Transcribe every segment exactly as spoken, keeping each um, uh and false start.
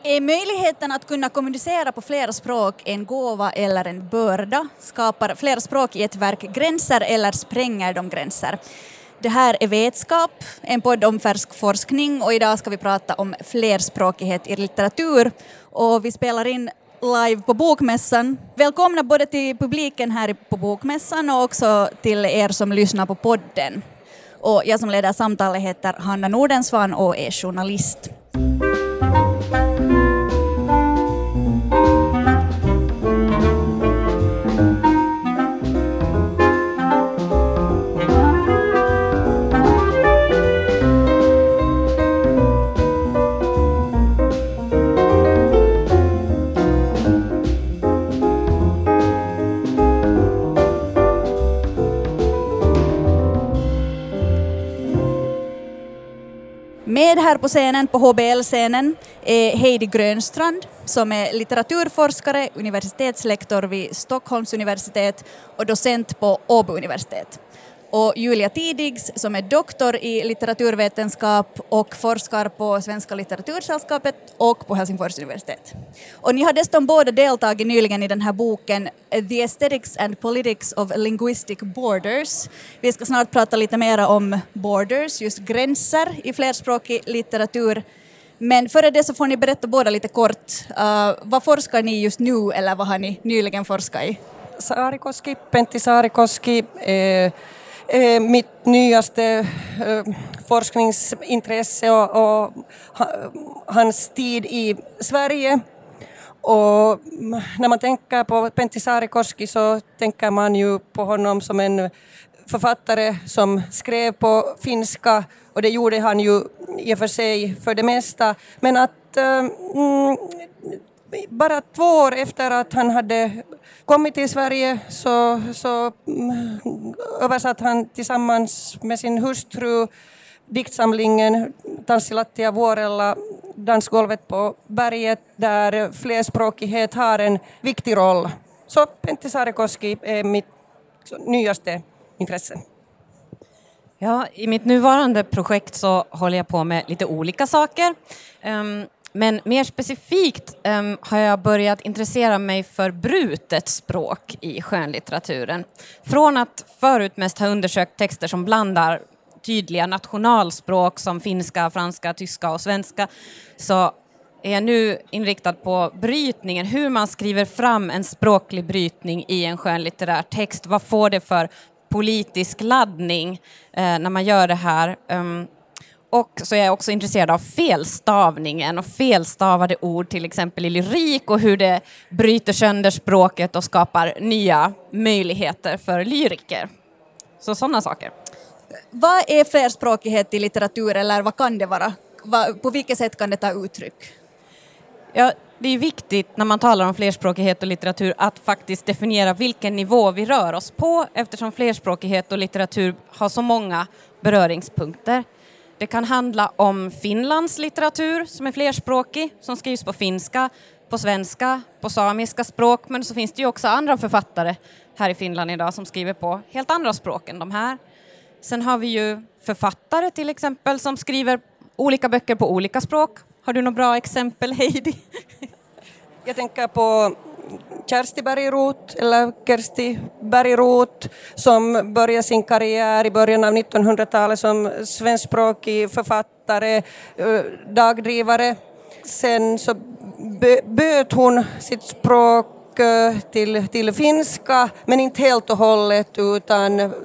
Är möjligheten att kunna kommunicera på flera språk en gåva eller en börda? Skapar flera språk i ett verk gränser eller spränger de gränser? Det här är Vetskap, en podd om färsk forskning, och idag ska vi prata om flerspråkighet i litteratur. Och vi spelar in live på Bokmässan. Välkomna både till publiken här på Bokmässan och också till er som lyssnar på podden. Och jag som leder samtalet heter Hanna Nordensvan och är journalist. Med här på scenen, på H B L-scenen, är Heidi Grönstrand som är litteraturforskare, universitetslektor vid Stockholms universitet och docent på Åbo universitet. Och Julia Tidigs som är doktor i litteraturvetenskap och forskar på Svenska litteratursällskapet och på Helsingfors universitet. Och ni har dessutom båda deltagit nyligen i den här boken The Aesthetics and Politics of Linguistic Borders. Vi ska snart prata lite mer om borders, just gränser i flerspråkig litteratur. Men före det så får ni berätta båda lite kort. Uh, vad forskar ni just nu eller vad har ni nyligen forskat i? Saarikoski, Pentti Saarikoski. Eh, Eh, mitt nyaste eh, forskningsintresse och, och ha, hans tid i Sverige. Och när man tänker på Pentti Saarikoski så tänker man ju på honom som en författare som skrev på finska, och det gjorde han ju i och för sig för det mesta. Men att eh, mm, bara två år efter att han hade kommit till Sverige så, så mm, översatte han tillsammans med sin hustru diktsamlingen Tanssilattia vuorella, dansgolvet på berget, där flerspråkighet har en viktig roll. Så Pentti Saarikoski är mitt nyaste intresse. Ja, i mitt nuvarande projekt så håller jag på med lite olika saker. Um, Men mer specifikt um, har jag börjat intressera mig för brutet språk i skönlitteraturen. Från att förut mest ha undersökt texter som blandar tydliga nationalspråk som finska, franska, tyska och svenska, så är jag nu inriktad på brytningen. Hur man skriver fram en språklig brytning i en skönlitterär text. Vad får det för politisk laddning eh, när man gör det här? Um, Och så är jag också intresserad av felstavningen och felstavade ord, till exempel i lyrik, och hur det bryter sönder språket och skapar nya möjligheter för lyriker. Så sådana saker. Vad är flerspråkighet i litteratur, eller vad kan det vara? På vilket sätt kan det ta uttryck? Ja, det är viktigt när man talar om flerspråkighet och litteratur att faktiskt definiera vilken nivå vi rör oss på, eftersom flerspråkighet och litteratur har så många beröringspunkter. Det kan handla om Finlands litteratur som är flerspråkig, som skrivs på finska, på svenska, på samiska språk. Men så finns det ju också andra författare här i Finland idag som skriver på helt andra språk än de här. Sen har vi ju författare till exempel som skriver olika böcker på olika språk. Har du några bra exempel, Heidi? Jag tänker på Kersti Bergroth, eller Kersti Bergroth, som började sin karriär i början av nittonhundratalet som svenskspråkig författare, dagdrivare. Sen så böt hon sitt språk till, till finska, men inte helt och hållet, utan uh,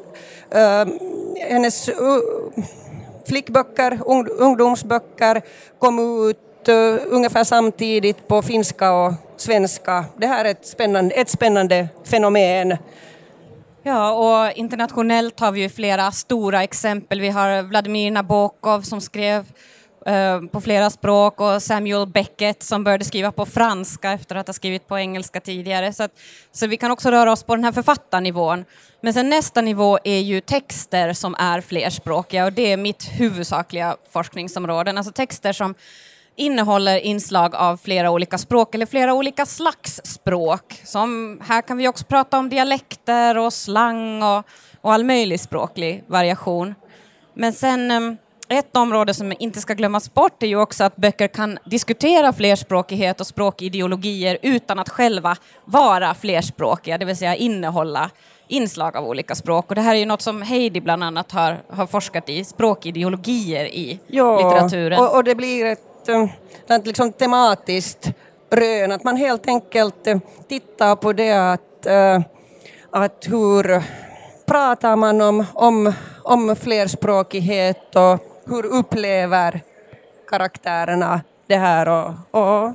hennes uh, flickböcker, ung, ungdomsböcker kom ut uh, ungefär samtidigt på finska och svenska. Det här är ett spännande, ett spännande fenomen. Ja, och internationellt har vi ju flera stora exempel. Vi har Vladimir Nabokov som skrev eh, på flera språk, och Samuel Beckett som började skriva på franska efter att ha skrivit på engelska tidigare. Så, att, så vi kan också röra oss på den här författarnivån. Men sen nästa nivå är ju texter som är flerspråkiga, och det är mitt huvudsakliga forskningsområde. Alltså texter som innehåller inslag av flera olika språk eller flera olika slags språk. Som, här kan vi också prata om dialekter och slang och, och all möjlig språklig variation. Men sen ett område som inte ska glömmas bort är ju också att böcker kan diskutera flerspråkighet och språkideologier utan att själva vara flerspråkiga, det vill säga innehålla inslag av olika språk. Och det här är ju något som Heidi bland annat har, har forskat i, språkideologier i ja, litteraturen. Och, och det blir ett, ett liksom tematiskt rön, att man helt enkelt tittar på det att, att hur pratar man om, om, om flerspråkighet och hur upplever karaktärerna det här. Och, och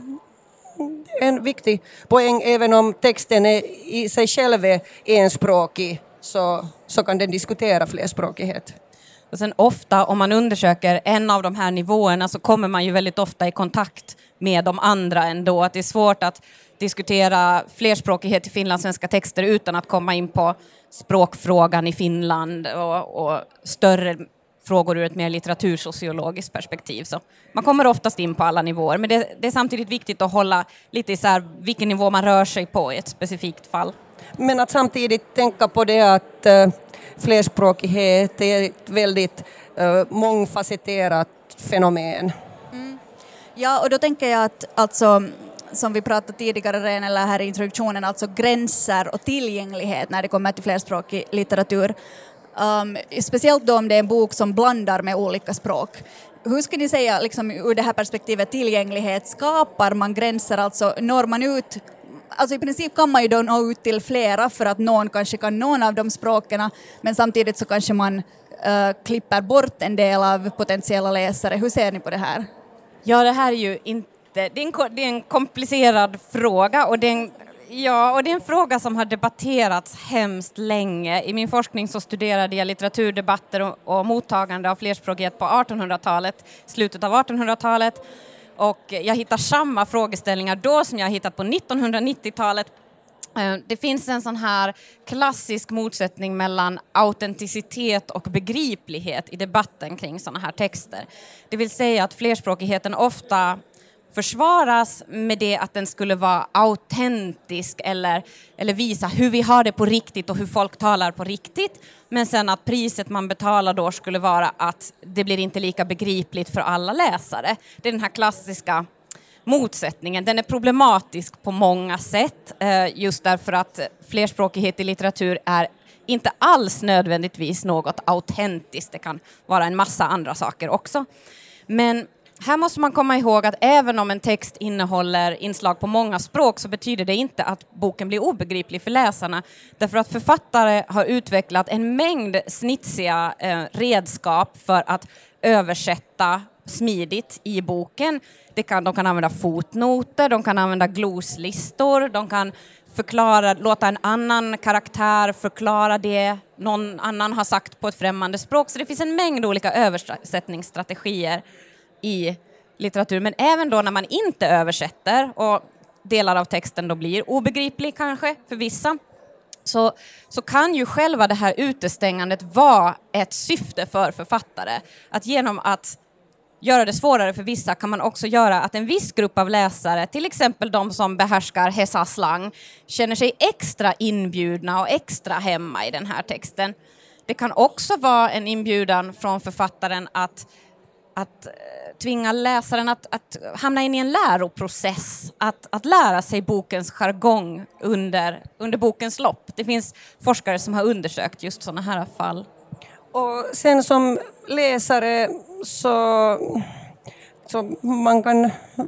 en viktig poäng, även om texten är i sig själv är enspråkig, så, så kan den diskutera flerspråkighet. Och sen ofta, om man undersöker en av de här nivåerna, så kommer man ju väldigt ofta i kontakt med de andra ändå. Att det är svårt att diskutera flerspråkighet i finlandssvenska texter utan att komma in på språkfrågan i Finland och, och större frågor ur ett mer litteratursociologiskt perspektiv. Så man kommer oftast in på alla nivåer, men det, det är samtidigt viktigt att hålla lite isär vilken nivå man rör sig på i ett specifikt fall. Men att samtidigt tänka på det att uh, flerspråkighet är ett väldigt uh, mångfacetterat fenomen. Mm. Ja, och då tänker jag att alltså, som vi pratade tidigare redan eller här i introduktionen, alltså gränser och tillgänglighet när det kommer till flerspråkig litteratur. Um, speciellt då om det är en bok som blandar med olika språk. Hur skulle ni säga liksom, ur det här perspektivet tillgänglighet, skapar man gränser, alltså når man ut, alltså i princip kan man ju då nå ut till flera för att någon kanske kan någon av de språken, men samtidigt så kanske man uh, klipper bort en del av potentiella läsare. Hur ser ni på det här? Ja, det här är ju inte, det är en, det är en komplicerad fråga och det är en Ja, och det är en fråga som har debatterats hemskt länge. I min forskning så studerade jag litteraturdebatter och, och mottagande av flerspråkighet på artonhundratalet, slutet av artonhundratalet. Och jag hittar samma frågeställningar då som jag har hittat på nittonhundranittiotalet. Det finns en sån här klassisk motsättning mellan autenticitet och begriplighet i debatten kring såna här texter. Det vill säga att flerspråkigheten ofta försvaras med det att den skulle vara autentisk eller, eller visa hur vi har det på riktigt och hur folk talar på riktigt. Men sen att priset man betalar då skulle vara att det blir inte lika begripligt för alla läsare. Det är den här klassiska motsättningen. Den är problematisk på många sätt just därför att flerspråkighet i litteratur är inte alls nödvändigtvis något autentiskt. Det kan vara en massa andra saker också. Men här måste man komma ihåg att även om en text innehåller inslag på många språk så betyder det inte att boken blir obegriplig för läsarna. Därför att författare har utvecklat en mängd snitsiga eh, redskap för att översätta smidigt i boken. Det kan, de kan använda fotnoter, de kan använda gloslistor, de kan förklara, låta en annan karaktär förklara det någon annan har sagt på ett främmande språk. Så det finns en mängd olika översättningsstrategier i litteratur, men även då när man inte översätter och delar av texten då blir obegriplig kanske för vissa, så, så kan ju själva det här utestängandet vara ett syfte för författare. Att genom att göra det svårare för vissa kan man också göra att en viss grupp av läsare, till exempel de som behärskar hesa-slang, känner sig extra inbjudna och extra hemma i den här texten. Det kan också vara en inbjudan från författaren att att tvinga läsaren att, att hamna in i en läroprocess, att, att lära sig bokens jargong under, under bokens lopp. Det finns forskare som har undersökt just sådana här fall. Och sen som läsare så, så man kan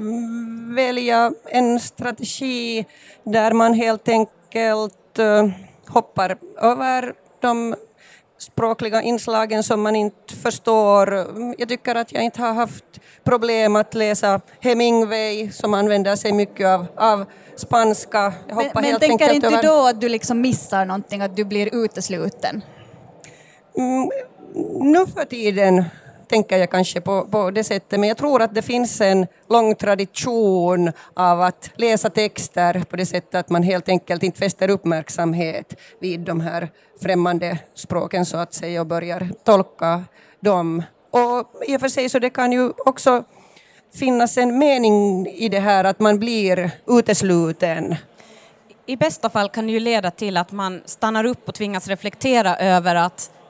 välja en strategi där man helt enkelt uh, hoppar över de språkliga inslagen som man inte förstår. Jag tycker att jag inte har haft problem att läsa Hemingway som använder sig mycket av, av spanska. Jag men men tänker inte över... då att du liksom missar någonting, att du blir utesluten? Mm, nu för tiden tänker jag kanske på, på det sättet, men jag tror att det finns en lång tradition av att läsa texter på det sättet att man helt enkelt inte fäster uppmärksamhet vid de här främmande språken så att säga och börjar tolka dem. Och i och för sig så det kan ju också finnas en mening i det här att man blir utesluten. I bästa fall kan det ju leda till att man stannar upp och tvingas reflektera över att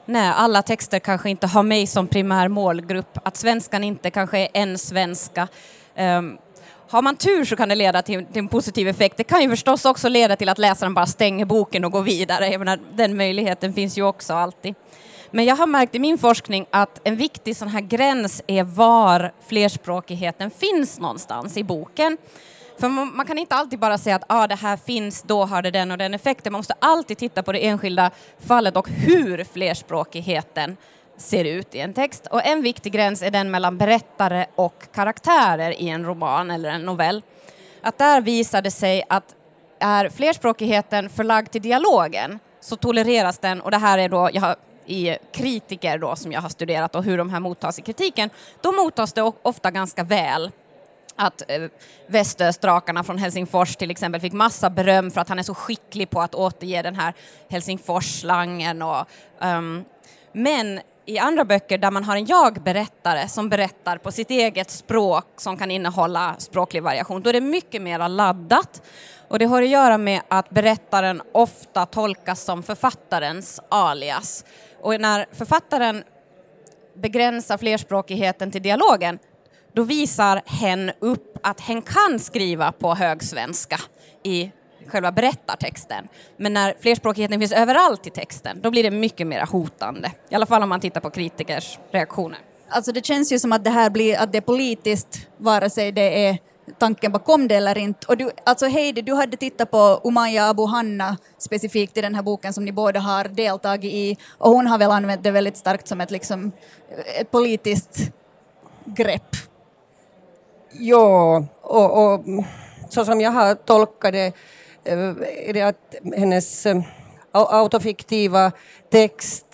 nej, alla texter kanske inte har mig som primär målgrupp, att svenskan inte kanske är en svenska. Um, har man tur så kan det leda till, till en positiv effekt. Det kan ju förstås också leda till att läsaren bara stänger boken och går vidare. Jag menar, den möjligheten finns ju också alltid. Men jag har märkt i min forskning att en viktig sån här gräns är var flerspråkigheten finns någonstans i boken. För man, man kan inte alltid bara säga att ah, det här finns, då har det den och den effekten. Man måste alltid titta på det enskilda fallet och hur flerspråkigheten ser ut i en text. Och en viktig gräns är den mellan berättare och karaktärer i en roman eller en novell. Att där visar det sig att är flerspråkigheten förlagd till dialogen så tolereras den, och det här är då, jag har i kritiker då som jag har studerat och hur de här mottas i kritiken, då mottas det ofta ganska väl. Att eh, Västöstrakarna från Helsingfors till exempel fick massa beröm för att han är så skicklig på att återge den här Helsingfors-slangen. Och, um, men i andra böcker där man har en jag-berättare som berättar på sitt eget språk som kan innehålla språklig variation, då är det mycket mer laddat. Och det har att göra med att berättaren ofta tolkas som författarens alias. Och när författaren begränsar flerspråkigheten till dialogen, då visar hen upp att hen kan skriva på högsvenska i själva berättartexten. Men när flerspråkigheten finns överallt i texten, då blir det mycket mer hotande. I alla fall om man tittar på kritikers reaktioner. Alltså det känns ju som att det här blir, att det är politiskt, vare sig det är tanken bakom det eller inte. Och du, alltså Heidi, du hade tittat på Umayya Abu Hanna specifikt i den här boken som ni båda har deltagit i. Och hon har väl använt det väldigt starkt som ett, liksom, ett politiskt grepp. Ja, och, och så som jag har tolkat det är det att hennes autofiktiva text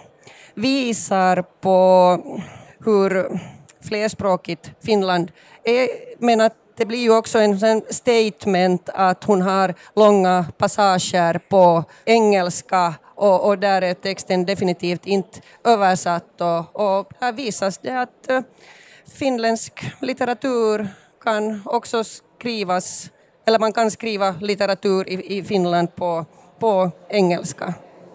visar på hur flerspråkigt Finland är, men att det blir ju också en sån statement att hon har långa passager på engelska och, och där är texten definitivt inte översatt, och, och där visas det att uh, finländsk litteratur kan också skrivas, eller man kan skriva litteratur i, i Finland på, på engelska.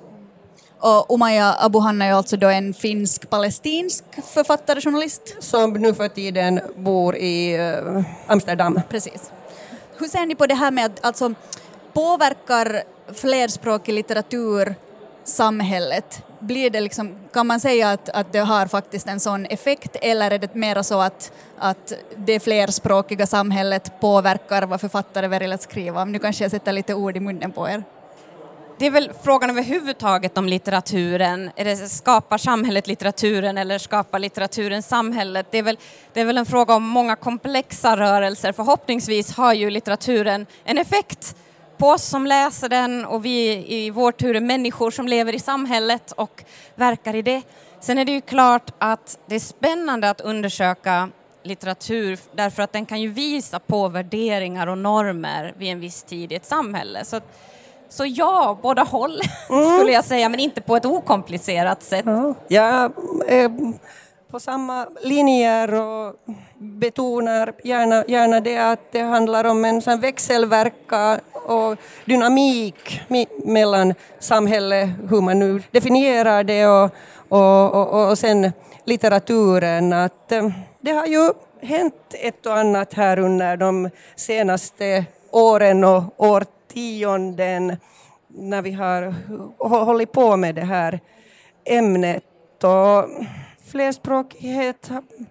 Och Umayya Abu Hanna är alltså då en finsk-palestinsk författare, journalist. Som nu för tiden bor i uh, Amsterdam. Precis. Hur ser ni på det här med att alltså, påverkar flerspråkig litteratur samhället? Blir det liksom, kan man säga att, att det har faktiskt en sån effekt, eller är det mer så att, att det flerspråkiga samhället påverkar vad författare väljer att skriva? Nu kanske jag sätter lite ord i munnen på er. Det är väl frågan överhuvudtaget om litteraturen. Är det, skapar samhället litteraturen eller skapar litteraturen samhället? Det är, väl, det är väl en fråga om många komplexa rörelser. Förhoppningsvis har ju litteraturen en effekt på oss som läser den, och vi i vår tur är människor som lever i samhället och verkar i det. Sen är det ju klart att det är spännande att undersöka litteratur därför att den kan ju visa på värderingar och normer vid en viss tid i ett samhälle. Så att, Så ja, båda håll mm. skulle jag säga, men inte på ett okomplicerat sätt. Ja, jag är på samma linjer och betonar gärna, gärna det att det handlar om en sån växelverka och dynamik mellan samhälle, hur man nu definierar det, och, och, och, och sen litteraturen. Att det har ju hänt ett och annat här under de senaste åren och årtionden när vi har hållit på med det här ämnet, och flerspråkighet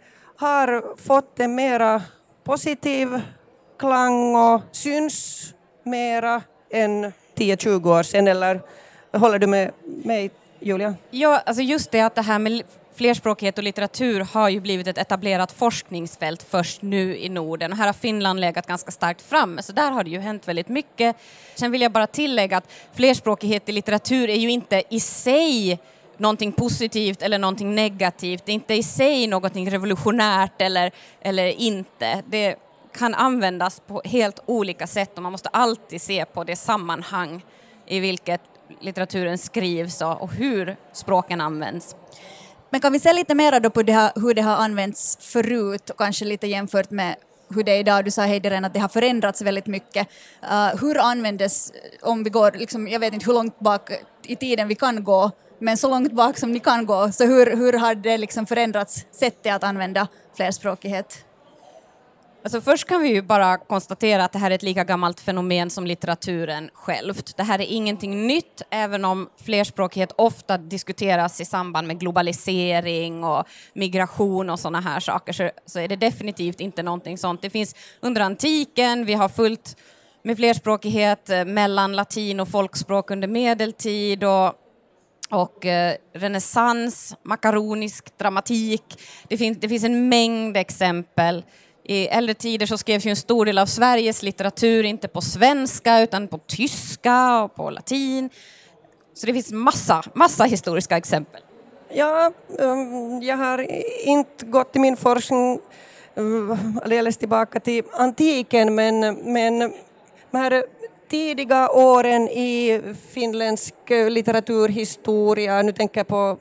har fått en mera positiv klang och syns mera än tio till tjugo år sedan, eller håller du med mig, Julia? Ja, alltså just det att det här med flerspråkighet och litteratur har ju blivit ett etablerat forskningsfält först nu i Norden. Och här har Finland legat ganska starkt framme, så där har det ju hänt väldigt mycket. Sen vill jag bara tillägga att flerspråkighet i litteratur är ju inte i sig någonting positivt eller någonting negativt. Det är inte i sig någonting revolutionärt eller, eller inte. Det kan användas på helt olika sätt, och man måste alltid se på det sammanhang i vilket litteraturen skrivs och hur språken används. Men kan vi se lite mer då på det här, hur det har använts förut och kanske lite jämfört med hur det är idag? Du sa, Heidi, att det har förändrats väldigt mycket. Uh, hur användes, om vi går, liksom, jag vet inte hur långt bak i tiden vi kan gå, Men så långt bak som ni kan gå, så hur, hur har det liksom förändrats sättet att använda flerspråkighet? Alltså först kan vi ju bara konstatera att det här är ett lika gammalt fenomen som litteraturen självt. Det här är ingenting nytt, även om flerspråkighet ofta diskuteras i samband med globalisering och migration och sådana här saker, så, så är det definitivt inte någonting sånt. Det finns under antiken, vi har fullt med flerspråkighet mellan latin och folkspråk under medeltid och och eh, renässans, makaronisk dramatik. Det finns, det finns en mängd exempel. I äldre tider så skrevs ju en stor del av Sveriges litteratur inte på svenska utan på tyska och på latin. Så det finns massa, massa historiska exempel. Ja, um, jag har inte gått i min forskning alldeles tillbaka till antiken, men, men de här tidiga åren i finländsk litteraturhistoria, nu tänker jag på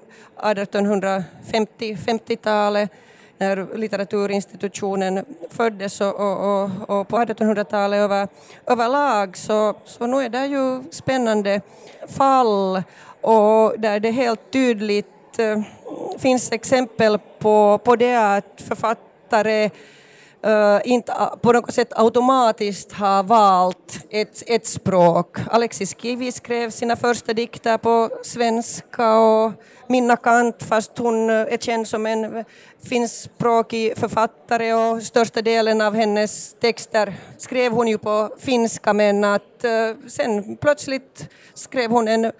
artonhundrafemtio-femtiotalet, när litteraturinstitutionen föddes, och, och, och, och på artonhundratalet över, överlag, så, så nu är det ju spännande fall och där det helt tydligt uh, finns exempel på, på det att författare Uh, inte på något sätt automatiskt har valt ett, ett språk. Alexis Kivi skrev sina första dikter på svenska, och Minna Kant, fast hon är känd som en finskspråkig författare och största delen av hennes texter skrev hon ju på finska, men att uh, sen plötsligt skrev hon en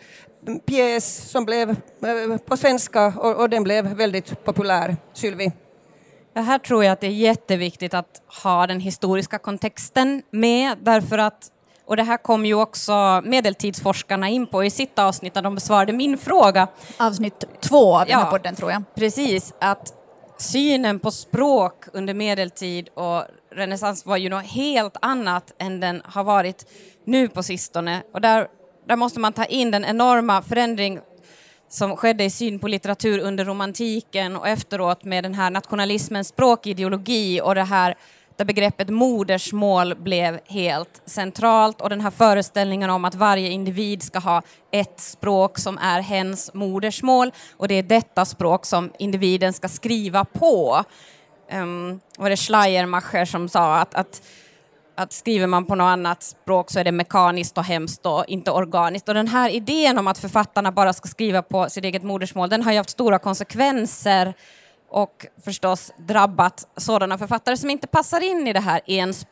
pjäs som blev uh, på svenska, och, och den blev väldigt populär. Sylvie? Här tror jag att det är jätteviktigt att ha den historiska kontexten med, därför att, och det här kom ju också medeltidsforskarna in på i sitt avsnitt när de besvarade min fråga. Avsnitt två av den här ja, podden, tror jag. Precis, att synen på språk under medeltid och renässans var ju något helt annat än den har varit nu på sistone. Och där, där måste man ta in den enorma förändring som skedde i syn på litteratur under romantiken och efteråt med den här nationalismens språkideologi och det här där begreppet modersmål blev helt centralt, och den här föreställningen om att varje individ ska ha ett språk som är hens modersmål, och det är detta språk som individen ska skriva på. Um, var det Schleiermacher som sa att, att att skriver man på något annat språk så är det mekaniskt och hemskt och inte organiskt. Och den här idén om att författarna bara ska skriva på sitt eget modersmål, den har ju haft stora konsekvenser och förstås drabbat sådana författare som inte passar in i det här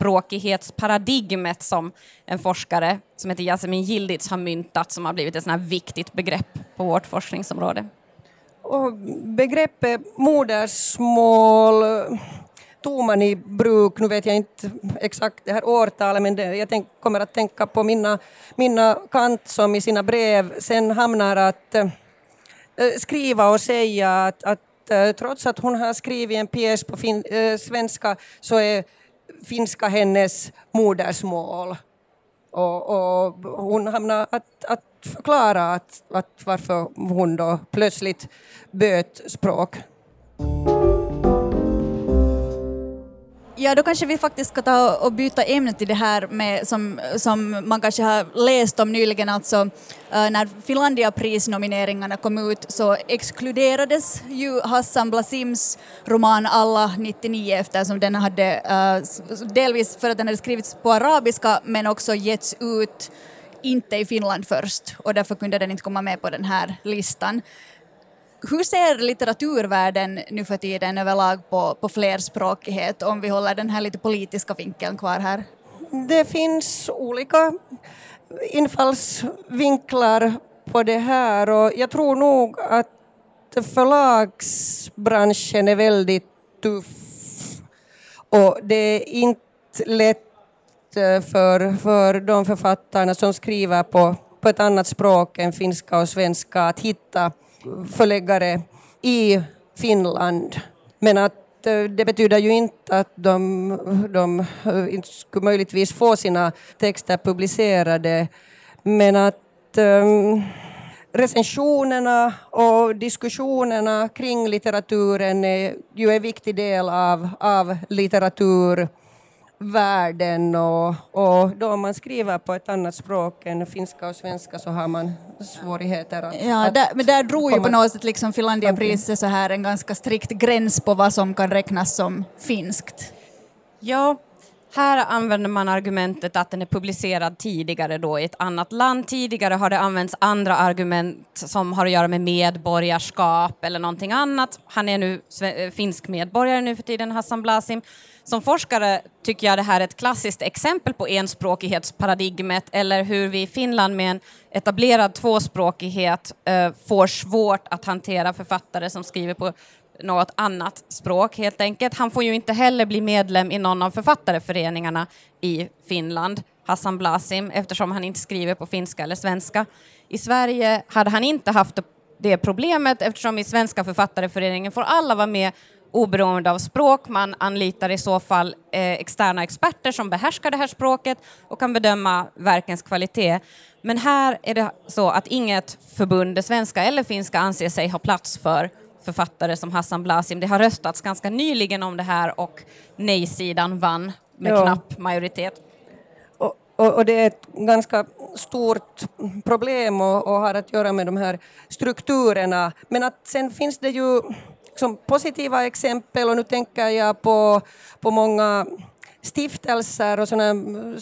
enspråkighetsparadigmet som en forskare som heter Yasemin Yildiz har myntat, som har blivit ett sånt här viktigt begrepp på vårt forskningsområde. Och begreppet modersmål tog man i bruk, nu vet jag inte exakt det här årtalet, men det, jag tänk, kommer att tänka på mina, mina Kant som i sina brev sen hamnar att äh, skriva och säga att, att äh, trots att hon har skrivit en pjäs på fin, äh, svenska, så är finska hennes modersmål. Och, och hon hamnar att, att förklara att, att varför hon då plötsligt byt språk. Ja, då kanske vi faktiskt ska ta och byta ämne till det här med, som, som man kanske har läst om nyligen, alltså uh, när Finlandia-prisnomineringarna kom ut så exkluderades ju Hassan Blasims roman Alla nittionio, eftersom den hade uh, delvis för att den hade skrivits på arabiska men också getts ut inte i Finland först, och därför kunde den inte komma med på den här listan. Hur ser litteraturvärlden nu för tiden överlag på, på flerspråkighet, om vi håller den här lite politiska vinkeln kvar här? Det finns olika infallsvinklar på det här, och jag tror nog att förlagsbranschen är väldigt tuff, och det är inte lätt för, för de författarna som skriver på, på ett annat språk än finska och svenska att hitta förläggare i Finland. Men att det betyder ju inte att de, de inte skulle möjligtvis få sina texter publicerade, men att um, recensionerna och diskussionerna kring litteraturen är ju en viktig del av, av litteratur världen och, och då man skriver på ett annat språk än finska och svenska så har man svårigheter att... Ja, att där, men där drog ju på komma- något sätt liksom Finlandiapriset så här en ganska strikt gräns på vad som kan räknas som finskt. Ja, här använder man argumentet att den är publicerad tidigare då i ett annat land. Tidigare har det använts andra argument som har att göra med medborgarskap eller någonting annat. Han är nu sve- finsk medborgare nu för tiden, Hassan Blasim. Som forskare tycker jag det här är ett klassiskt exempel på enspråkighetsparadigmet eller hur vi i Finland med en etablerad tvåspråkighet eh, får svårt att hantera författare som skriver på något annat språk helt enkelt. Han får ju inte heller bli medlem i någon av författareföreningarna i Finland, Hassan Blasim, eftersom han inte skriver på finska eller svenska. I Sverige hade han inte haft det problemet eftersom i svenska författareföreningen får alla vara med oberoende av språk. Man anlitar i så fall eh, externa experter som behärskar det här språket och kan bedöma verkens kvalitet. Men här är det så att inget förbund, det svenska eller finska, anser sig ha plats för författare som Hassan Blasim. Det har röstats ganska nyligen om det här och nej-sidan vann med Ja. knapp majoritet. Och, och, och det är ett ganska stort problem och, och har att göra med de här strukturerna. Men att sen finns det ju som positiva exempel och nu tänker jag på, på många stiftelser och sådana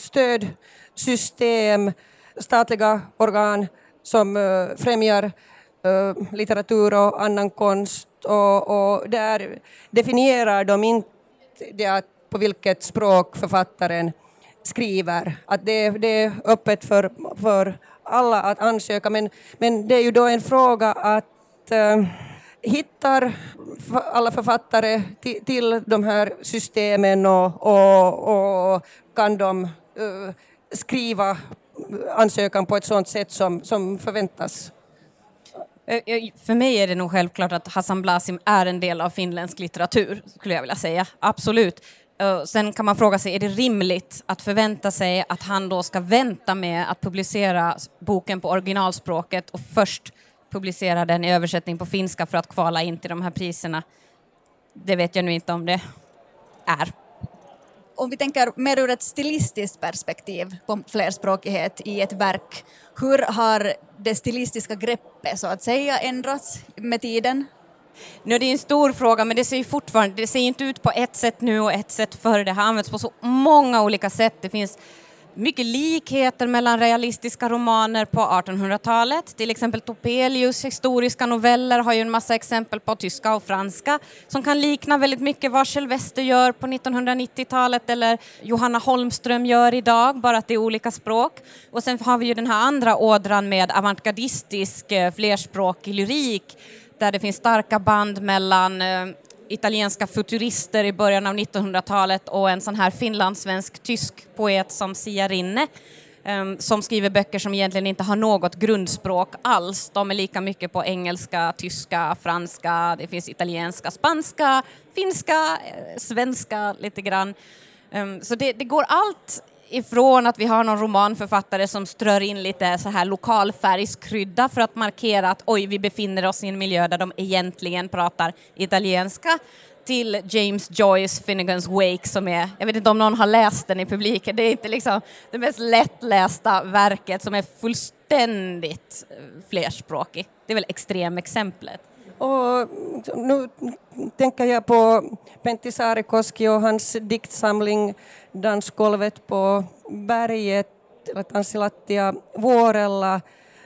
stödsystem, statliga organ som uh, främjar uh, litteratur och annan konst och, och där definierar de inte det att på vilket språk författaren skriver. Att det, det är öppet för, för alla att ansöka men, men det är ju då en fråga att uh, hittar alla författare till, till de här systemen och, och, och kan de uh, skriva ansökan på ett sådant sätt som, som förväntas? För mig är det nog självklart att Hassan Blasim är en del av finländsk litteratur, skulle jag vilja säga. Absolut. Sen kan man fråga sig, är det rimligt att förvänta sig att han då ska vänta med att publicera boken på originalspråket och först publicera den i översättning på finska för att kvala in till de här priserna? Det vet jag nu inte om det är. Om vi tänker mer ur ett stilistiskt perspektiv på flerspråkighet i ett verk, hur har det stilistiska greppet så att säga ändrats med tiden? Nu, det är en stor fråga, men det ser ju fortfarande, det ser inte ut på ett sätt nu och ett sätt förr. Det har använts på så många olika sätt. Det finns mycket likheter mellan realistiska romaner på artonhundratalet. Till exempel Topelius historiska noveller har ju en massa exempel på tyska och franska som kan likna väldigt mycket vad Kjell Wester gör på nittonhundranittiotalet eller Johanna Holmström gör idag, bara att det är olika språk. Och sen har vi ju den här andra ådran med avantgardistisk flerspråkig lyrik där det finns starka band mellan eh, italienska futurister i början av nittonhundratalet och en sån här finlandssvensk-tysk poet som Sia Rinne eh, som skriver böcker som egentligen inte har något grundspråk alls. De är lika mycket på engelska, tyska, franska, det finns italienska, spanska, finska, eh, svenska lite grann. Eh, så det, det går allt ifrån att vi har någon romanförfattare som strör in lite så här lokalfärgskrydda för att markera att oj, vi befinner oss i en miljö där de egentligen pratar italienska, till James Joyce Finnegans Wake som är, jag vet inte om någon har läst den i publiken, det är inte liksom det mest lättlästa verket som är fullständigt flerspråkig. Det är väl extremexemplet. Och nu tänker jag på Pentti Saarikoski och hans diktsamling Dansgolvet på berget, Tanssilattia vuorella.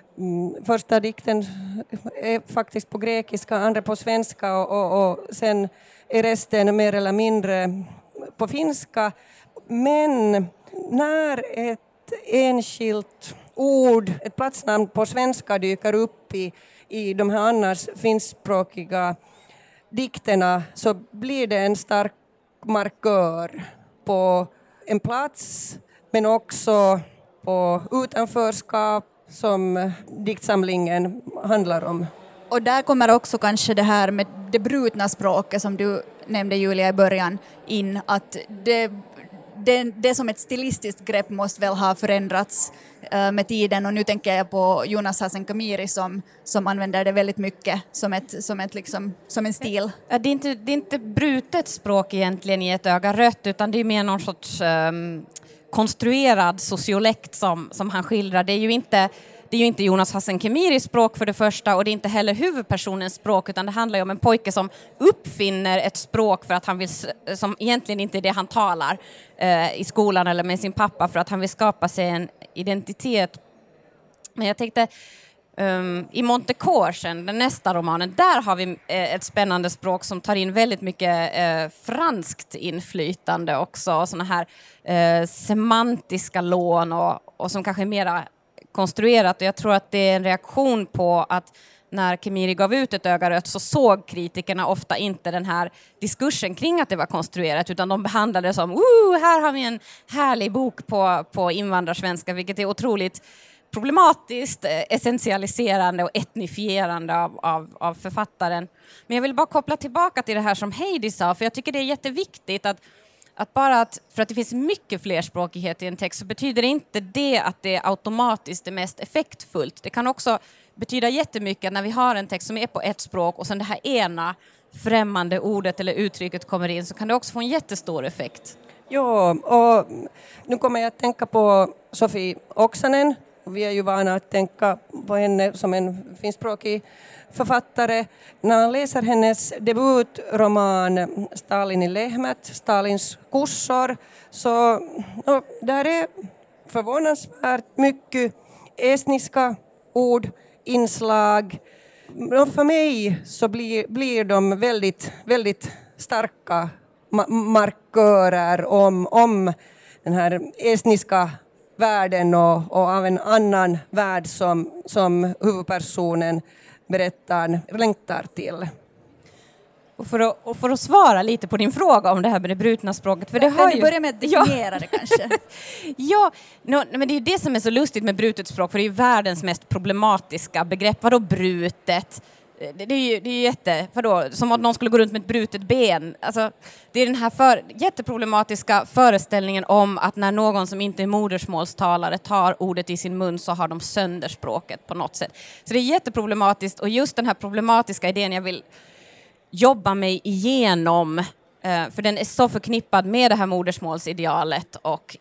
Första dikten är faktiskt på grekiska, andra på svenska och, och, och sen är resten mer eller mindre på finska. Men när ett enskilt ord, ett platsnamn på svenska dyker upp i i de här annars finskspråkiga dikterna så blir det en stark markör på en plats men också på utanförskap som diktsamlingen handlar om. Och där kommer också kanske det här med det brutna språket som du nämnde, Julia, i början in, att det, det, det som ett stilistiskt grepp måste väl ha förändrats uh, med tiden, och nu tänker jag på Jonas Hassan Khemiri som, som använder det väldigt mycket som, ett, som, ett, liksom, som en stil. Ja, det, är inte, det är inte brutet språk egentligen i ett öga rött, utan det är mer någon sorts um, konstruerad sociolekt som, som han skildrar. Det är ju inte Det är ju inte Jonas Hassan Khemiris språk för det första, och det är inte heller huvudpersonens språk, utan det handlar ju om en pojke som uppfinner ett språk för att han vill, som egentligen inte är det han talar eh, i skolan eller med sin pappa, för att han vill skapa sig en identitet. Men jag tänkte um, i Montecorsen, den nästa romanen, där har vi eh, ett spännande språk som tar in väldigt mycket eh, franskt inflytande också, såna här eh, semantiska lån och, och som kanske är mera konstruerat, och jag tror att det är en reaktion på att när Khemiri gav ut Ett öga rött så såg kritikerna ofta inte den här diskursen kring att det var konstruerat, utan de behandlade det som oh, här har vi en härlig bok på, på invandrarsvenska, vilket är otroligt problematiskt, essentialiserande och etnifierande av, av, av författaren. Men jag vill bara koppla tillbaka till det här som Heidi sa, för jag tycker det är jätteviktigt att Att bara att, för att det finns mycket flerspråkighet i en text, så betyder det inte det att det är automatiskt det mest effektfullt. Det kan också betyda jättemycket när vi har en text som är på ett språk och sen det här ena främmande ordet eller uttrycket kommer in, så kan det också få en jättestor effekt. Ja, och nu kommer jag att tänka på Sofie Oksanen. Vi är ju vana att tänka på henne som en finskspråkig författare. När man läser hennes debutroman Stalin i Lehmät, Stalins kossor, så no, där är förvånansvärt mycket estniska ord, inslag. Och för mig så blir, blir de väldigt, väldigt starka ma- markörer om, om den här estniska världen och, och av en annan värld som, som huvudpersonen berättar längtar till. Och för, att, och för att svara lite på din fråga om det här med det brutna språket. För det har har du ju, börja med att definiera ja. det kanske? ja, no, men det är ju det som är så lustigt med brutet språk, för det är ju världens mest problematiska begrepp. Vadå brutet? Det, det är ju det är jätte, vadå? Som att någon skulle gå runt med ett brutet ben. Alltså, det är den här för, jätteproblematiska föreställningen om att när någon som inte är modersmålstalare tar ordet i sin mun så har de sönder språket på något sätt. Så det är jätteproblematiskt, och just den här problematiska idén jag vill jobba mig igenom, för den är så förknippad med det här modersmålsidealet och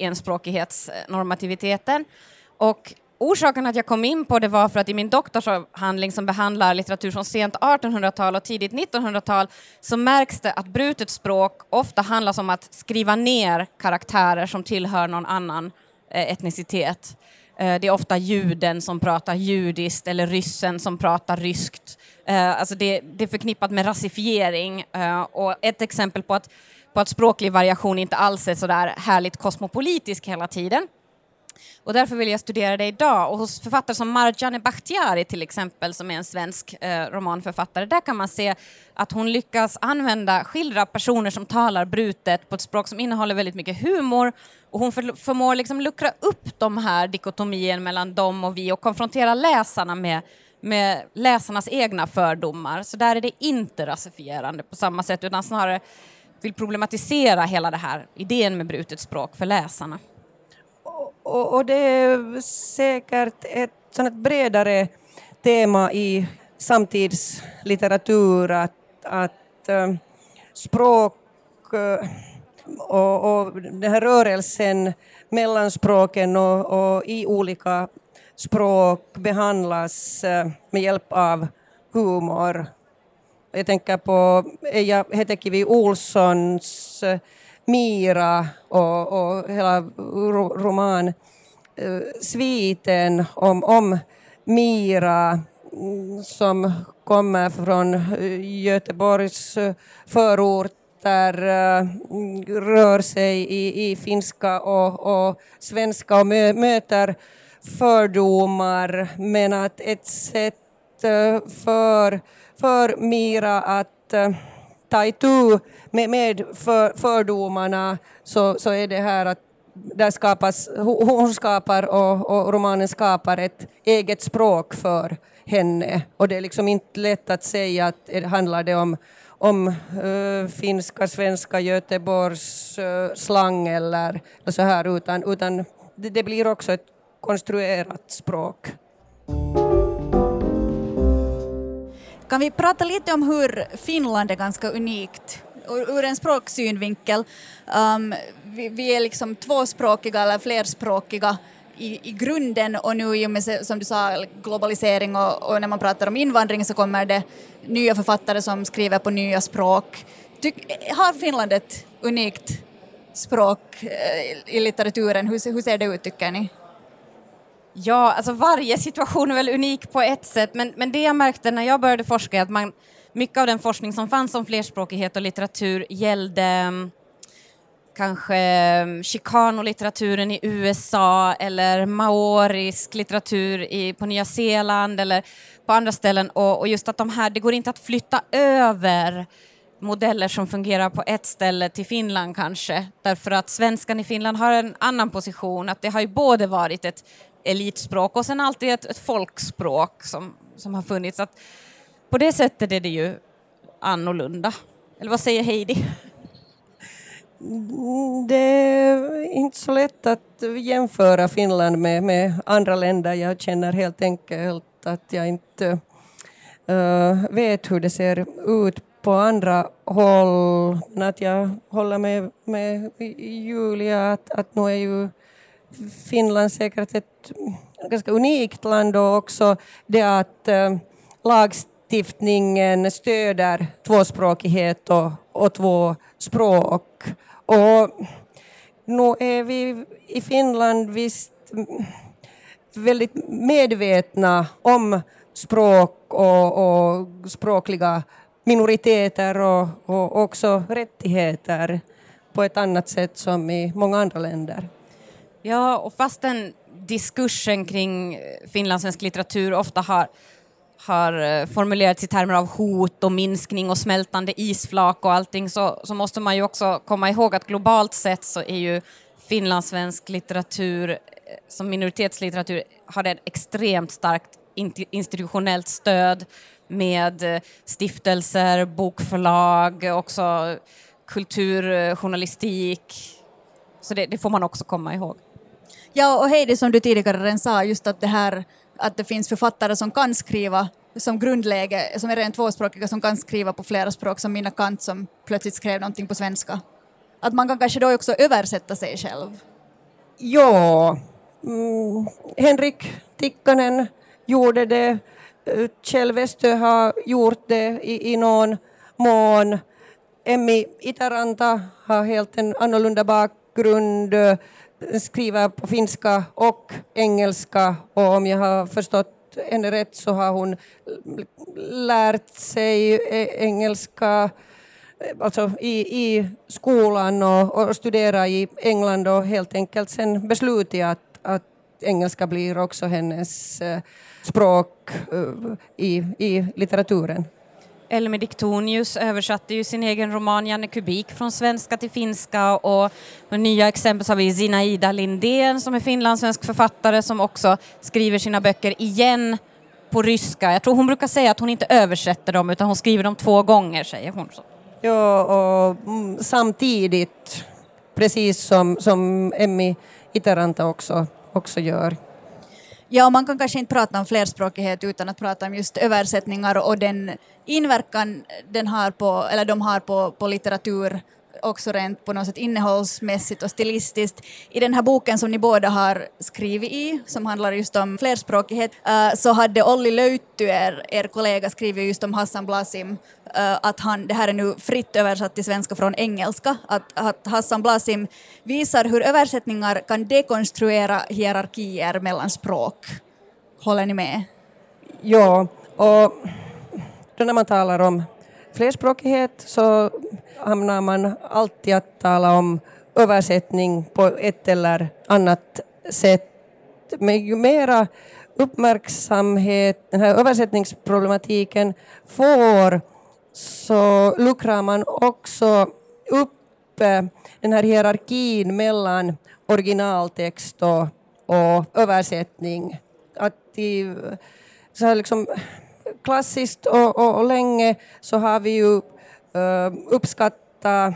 enspråkighetsnormativiteten. Och orsaken att jag kom in på det var för att i min doktorsavhandling som behandlar litteratur från sent artonhundratal och tidigt nittonhundratal så märks det att brutet språk ofta handlar om att skriva ner karaktärer som tillhör någon annan etnicitet. Det är ofta juden som pratar judiskt eller ryssen som pratar ryskt. Alltså det, det är förknippat med rasifiering, och ett exempel på att, på att språklig variation inte alls är så där härligt kosmopolitisk hela tiden. Och därför vill jag studera det idag. Och hos författare som Marjane Bakhtiari till exempel, som är en svensk eh, romanförfattare, där kan man se att hon lyckas använda, skildra personer som talar brutet på ett språk som innehåller väldigt mycket humor. Och hon för, förmår liksom luckra upp de här dikotomierna mellan dem och vi och konfrontera läsarna med, med läsarnas egna fördomar. Så där är det inte rasifierande på samma sätt, utan snarare vill problematisera hela det här idén med brutet språk för läsarna. Och, och det är säkert ett sådant bredare tema i samtidslitteratur att, att äh, språk äh, och, och den här rörelsen mellan språken och, och i olika språk behandlas äh, med hjälp av humor. Jag tänker på Eija Hetekivi Olssons äh, Mira och, och hela roman eh, Sviten om, om Mira som kommer från Göteborgs förorter, eh, rör sig i, i finska och, och svenska och mö, möter fördomar, men att ett sätt eh, för, för Mira att eh, ta itu med, med för, fördomarna, så, så är det här att där skapas, hon skapar och, och romanen skapar ett eget språk för henne. Och det är liksom inte lätt att säga att det handlar det om, om uh, finska, svenska, Göteborgs uh, slang eller, eller så här, utan, utan det, det blir också ett konstruerat språk. Kan vi prata lite om hur Finland är ganska unikt ur en språksynvinkel? Um, vi, vi är liksom tvåspråkiga eller flerspråkiga i, i grunden, och nu i och med, som du sa, globalisering och, och när man pratar om invandring så kommer det nya författare som skriver på nya språk. Ty, har Finland ett unikt språk eh, i litteraturen? Hur, hur ser det ut, tycker ni? Ja, alltså varje situation är väl unik på ett sätt, men, men det jag märkte när jag började forska är att man, mycket av den forskning som fanns om flerspråkighet och litteratur gällde um, kanske um, Chicano-litteraturen i U S A eller maorisk litteratur i, på Nya Zeeland eller på andra ställen, och, och just att de här, det går inte att flytta över modeller som fungerar på ett ställe till Finland kanske, därför att svenskan i Finland har en annan position, att det har ju både varit ett elitspråk och sen alltid ett, ett folkspråk som, som har funnits. Att på det sättet är det ju annorlunda. Eller vad säger Heidi? Det är inte så lätt att jämföra Finland med, med andra länder. Jag känner helt enkelt att jag inte uh, vet hur det ser ut på andra håll. Men att jag håller med, med Julia att, att nu är ju Finland säkert ett ganska unikt land, och också det att äh, lagstiftningen stöder tvåspråkighet och, och två språk. Och nu är vi i Finland visst väldigt medvetna om språk och, och språkliga minoriteter och, och också rättigheter på ett annat sätt som i många andra länder. Ja, och fastän diskursen kring finlandssvensk litteratur ofta har, har formulerats i termer av hot och minskning och smältande isflak och allting, så, så måste man ju också komma ihåg att globalt sett så är ju finlandssvensk litteratur som minoritetslitteratur har ett extremt starkt institutionellt stöd med stiftelser, bokförlag, också kulturjournalistik. Så det, det får man också komma ihåg. Ja, och Heidi, som du tidigare redan sa, just att det här att det finns författare som kan skriva som grundläge, som är rent tvåspråkiga, som kan skriva på flera språk, som Minna Kant som plötsligt skrev någonting på svenska. Att man kan kanske då också översätta sig själv. Ja, mm, Henrik Tikkanen gjorde det. Kjell Westö har gjort det i, i någon mån. Emmi Itäranta har helt en annorlunda bakgrund, skriver på finska och engelska, och om jag har förstått henne rätt så har hon lärt sig engelska alltså i, i skolan och, och studera i England, och helt enkelt sen beslutat att, att engelska blir också hennes språk i, i litteraturen. Elmer Diktonius översatte ju sin egen roman Janne Kubik från svenska till finska, och med nya exempel så har vi Zinaida Lindén som är finlandssvensk författare som också skriver sina böcker igen på ryska. Jag tror hon brukar säga att hon inte översätter dem utan hon skriver dem två gånger, säger hon så. Ja, och mm, samtidigt, precis som, som Emmi Itäranta också, också gör. Ja, man kan kanske inte prata om flerspråkighet utan att prata om just översättningar och den inverkan den har på, eller de har på, på litteratur, också rent på något sätt innehållsmässigt och stilistiskt. I den här boken som ni båda har skrivit i, som handlar just om flerspråkighet, uh, så hade Olli Löytty, er, er kollega, skrivit just om Hassan Blasim, uh, att han, det här är nu fritt översatt till svenska från engelska, att, att Hassan Blasim visar hur översättningar kan dekonstruera hierarkier mellan språk. Håller ni med? Ja, och då när man talar om flerspråkighet så hamnar man alltid att tala om översättning på ett eller annat sätt. Men ju mera uppmärksamhet den här översättningsproblematiken får, så luckrar man också upp den här hierarkin mellan originaltext och, och översättning. Att i, så här liksom klassiskt och, och, och länge så har vi ju uh, uppskatta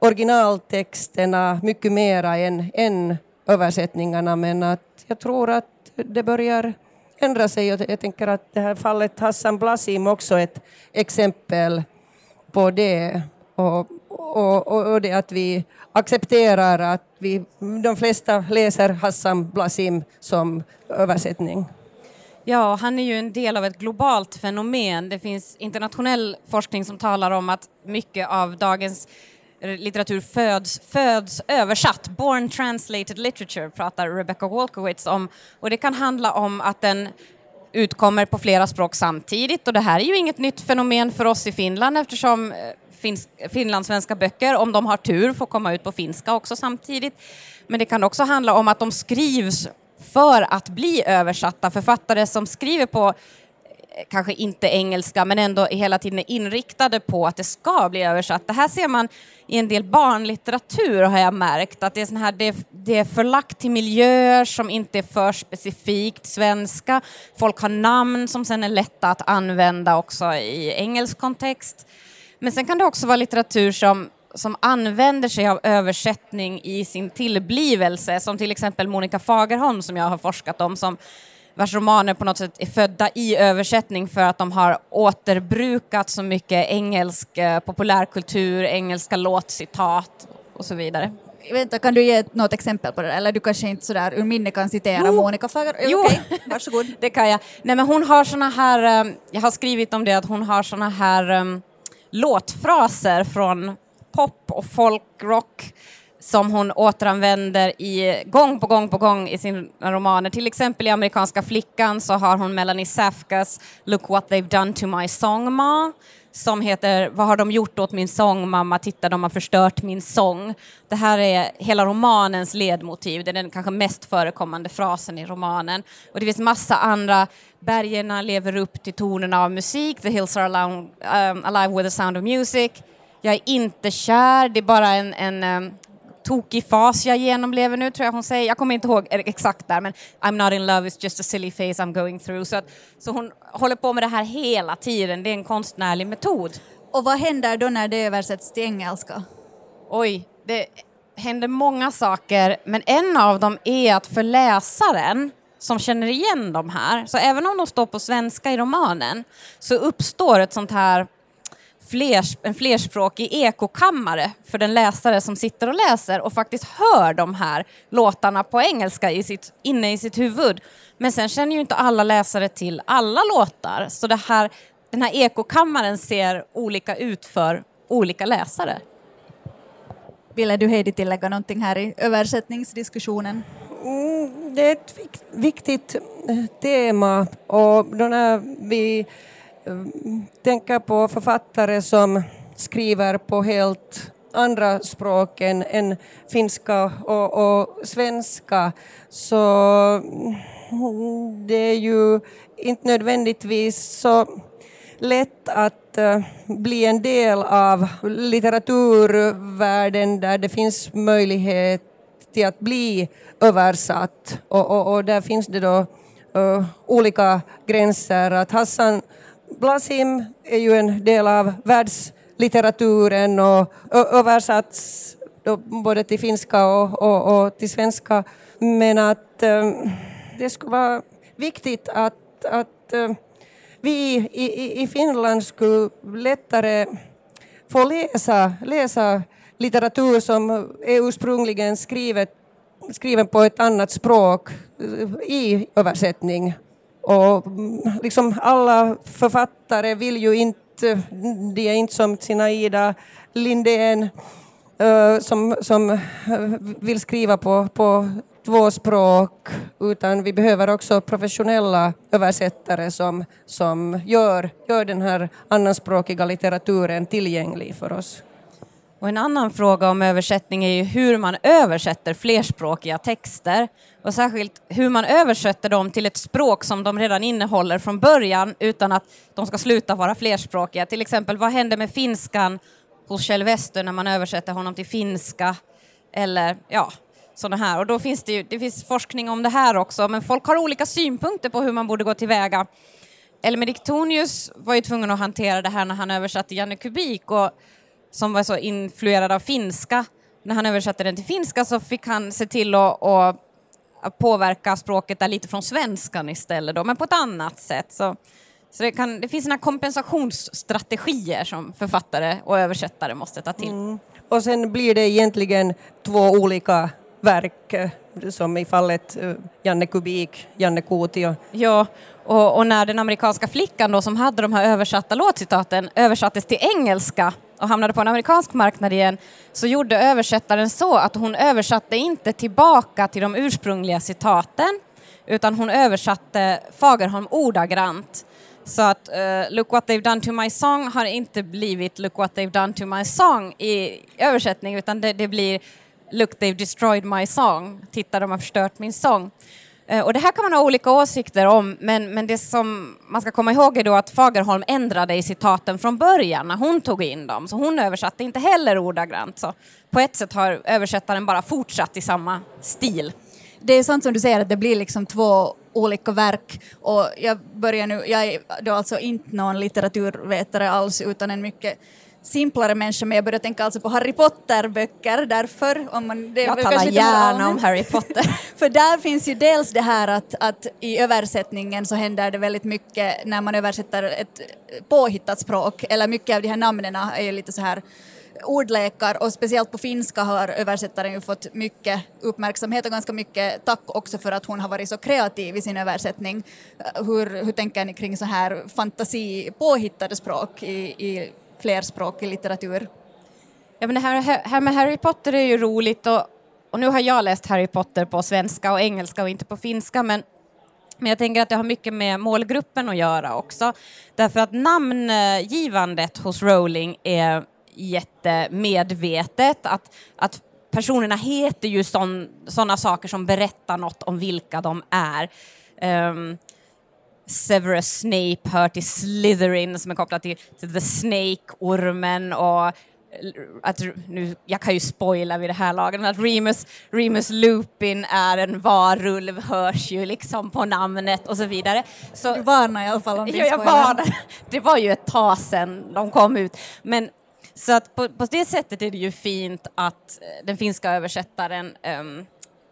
originaltexterna mycket mera än, än översättningarna, men att jag tror att det börjar ändra sig. Jag, jag tänker att det här fallet Hassan Blasim också är ett exempel på det. Och, och, och, och det att vi accepterar att vi, de flesta läser Hassan Blasim som översättning. Ja, han är ju en del av ett globalt fenomen. Det finns internationell forskning som talar om att mycket av dagens litteratur föds, föds översatt. Born translated literature pratar Rebecca Wolkowitz om. Och det kan handla om att den utkommer på flera språk samtidigt. Och det här är ju inget nytt fenomen för oss i Finland, eftersom finns, finlandssvenska böcker, om de har tur, får komma ut på finska också samtidigt. Men det kan också handla om att de skrivs för att bli översatta. Författare som skriver på kanske inte engelska, men ändå hela tiden är inriktade på att det ska bli översatt. Det här ser man i en del barnlitteratur, har jag märkt. Att det är, sån här, det, det är förlagt till miljöer som inte är för specifikt svenska. Folk har namn som sen är lätta att använda också i engelsk kontext. Men sen kan det också vara litteratur som som använder sig av översättning i sin tillblivelse, som till exempel Monica Fagerholm som jag har forskat om, som vars romaner på något sätt är födda i översättning för att de har återbrukat så mycket engelsk eh, populärkultur, engelska låtcitat och så vidare. Vänta, kan du ge något exempel på det? Eller du kanske inte sådär ur minne kan citera jo. Monica Fagerholm? Jo, okej, varsågod. Det kan jag. Nej, men hon har såna här, um, jag har skrivit om det, att hon har såna här um, låtfraser från pop och folkrock som hon återanvänder i, gång på gång på gång i sina romaner. Till exempel i Amerikanska flickan så har hon Melanie Safkas Look What They've Done To My Song Ma, som heter Vad har de gjort åt min sång, mamma? Titta, de har förstört min sång. Det här är hela romanens ledmotiv. Det är den kanske mest förekommande frasen i romanen. Och det finns massa andra. Bergerna lever upp till tonerna av musik. The hills are alive, um, alive with the sound of music. Jag är inte kär. Det är bara en, en um, tokig fas jag genomlever nu, tror jag hon säger. Jag kommer inte ihåg exakt där, men I'm not in love, it's just a silly phase I'm going through. Så, att, så hon håller på med det här hela tiden. Det är en konstnärlig metod. Och vad händer då när det översätts till engelska? Oj, det händer många saker, men en av dem är att för läsaren som känner igen de här, så även om de står på svenska i romanen, så uppstår ett sånt här Flers, en flerspråkig ekokammare för den läsare som sitter och läser och faktiskt hör de här låtarna på engelska i sitt, inne i sitt huvud. Men sen känner ju inte alla läsare till alla låtar, så det här, den här ekokammaren ser olika ut för olika läsare. Ville du, Heidi, tillägga någonting här i översättningsdiskussionen? Mm, det är ett viktigt tema, och då när vi tänker på författare som skriver på helt andra språk än, än finska och, och svenska, så det är ju inte nödvändigtvis så lätt att uh, bli en del av litteraturvärlden där det finns möjlighet till att bli översatt, och, och, och där finns det då uh, olika gränser. Att Hassan Blasim är ju en del av världslitteraturen och översatts då både till finska och, och, och till svenska. Men att um, det skulle vara viktigt att, att uh, vi i, i Finland skulle lättare få läsa, läsa litteratur som är ursprungligen skrivet, skriven på ett annat språk i översättning. Och liksom alla författare vill ju inte, de är inte som sina Ida Lindén uh, som, som vill skriva på, på två språk, utan vi behöver också professionella översättare som, som gör, gör den här annanspråkiga litteraturen tillgänglig för oss. Och en annan fråga om översättning är ju hur man översätter flerspråkiga texter, och särskilt hur man översätter dem till ett språk som de redan innehåller från början utan att de ska sluta vara flerspråkiga. Till exempel, vad händer med finskan hos Kjell Wester när man översätter honom till finska, eller ja, sådana här. Och då finns det ju, det finns forskning om det här också, men folk har olika synpunkter på hur man borde gå tillväga. Elmer Diktonius var ju tvungen att hantera det här när han översatte Janne Kubik, och som var så influerad av finska. När han översatte den till finska så fick han se till att, att, att påverka språket där lite från svenskan istället då, men på ett annat sätt. Så, så det, kan, det finns såna kompensationsstrategier som författare och översättare måste ta till. Mm. Och sen blir det egentligen två olika verk, som i fallet Janne Kubik, Janne Kuutio. Ja, och, och när den amerikanska flickan då som hade de här översatta låtcitaten översattes till engelska och hamnade på en amerikansk marknad igen, så gjorde översättaren så att hon översatte inte tillbaka till de ursprungliga citaten, utan hon översatte Fagerholm ordagrant. Så att uh, Look What They've Done To My Song har inte blivit Look What They've Done To My Song i översättning, utan det, det blir Look They've Destroyed My Song. Titta, de har förstört min sång. Uh, och det här kan man ha olika åsikter om, men, men det som man ska komma ihåg är då att Fagerholm ändrade i citaten från början när hon tog in dem. Så hon översatte inte heller ordagrant. Så på ett sätt har översättaren bara fortsatt i samma stil. Det är sant som du säger att det blir liksom två olika verk, och jag börjar nu, jag är då alltså inte någon litteraturvetare alls utan en mycket simplare människa, men jag börjar tänka alltså på Harry Potter-böcker därför. Om man, det jag talar gärna om Harry Potter. För där finns ju dels det här att, att i översättningen så händer det väldigt mycket när man översätter ett påhittat språk, eller mycket av de här namnen är ju lite så här ordlekar, och speciellt på finska har översättaren ju fått mycket uppmärksamhet och ganska mycket tack också för att hon har varit så kreativ i sin översättning. Hur, hur tänker ni kring så här fantasi, påhittade språk i, i flerspråkig litteratur? Ja, men det här, här med Harry Potter är ju roligt, och, och nu har jag läst Harry Potter på svenska och engelska och inte på finska, men Men jag tänker att det har mycket med målgruppen att göra också. Därför att namngivandet hos Rowling är jättemedvetet. Att, att personerna heter ju sådana saker som berättar något om vilka de är. Um, Severus Snape hör till Slytherin som är kopplat till, till The Snake, ormen, och att, nu, jag kan ju spoila vid det här laget, men att Remus, Remus Lupin är en varulv hörs ju liksom på namnet och så vidare. Så, du varnar i alla fall om det. Ja, jag varnar. Det var ju ett tag sedan de kom ut. Men så att på, på det sättet är det ju fint att den finska översättaren um,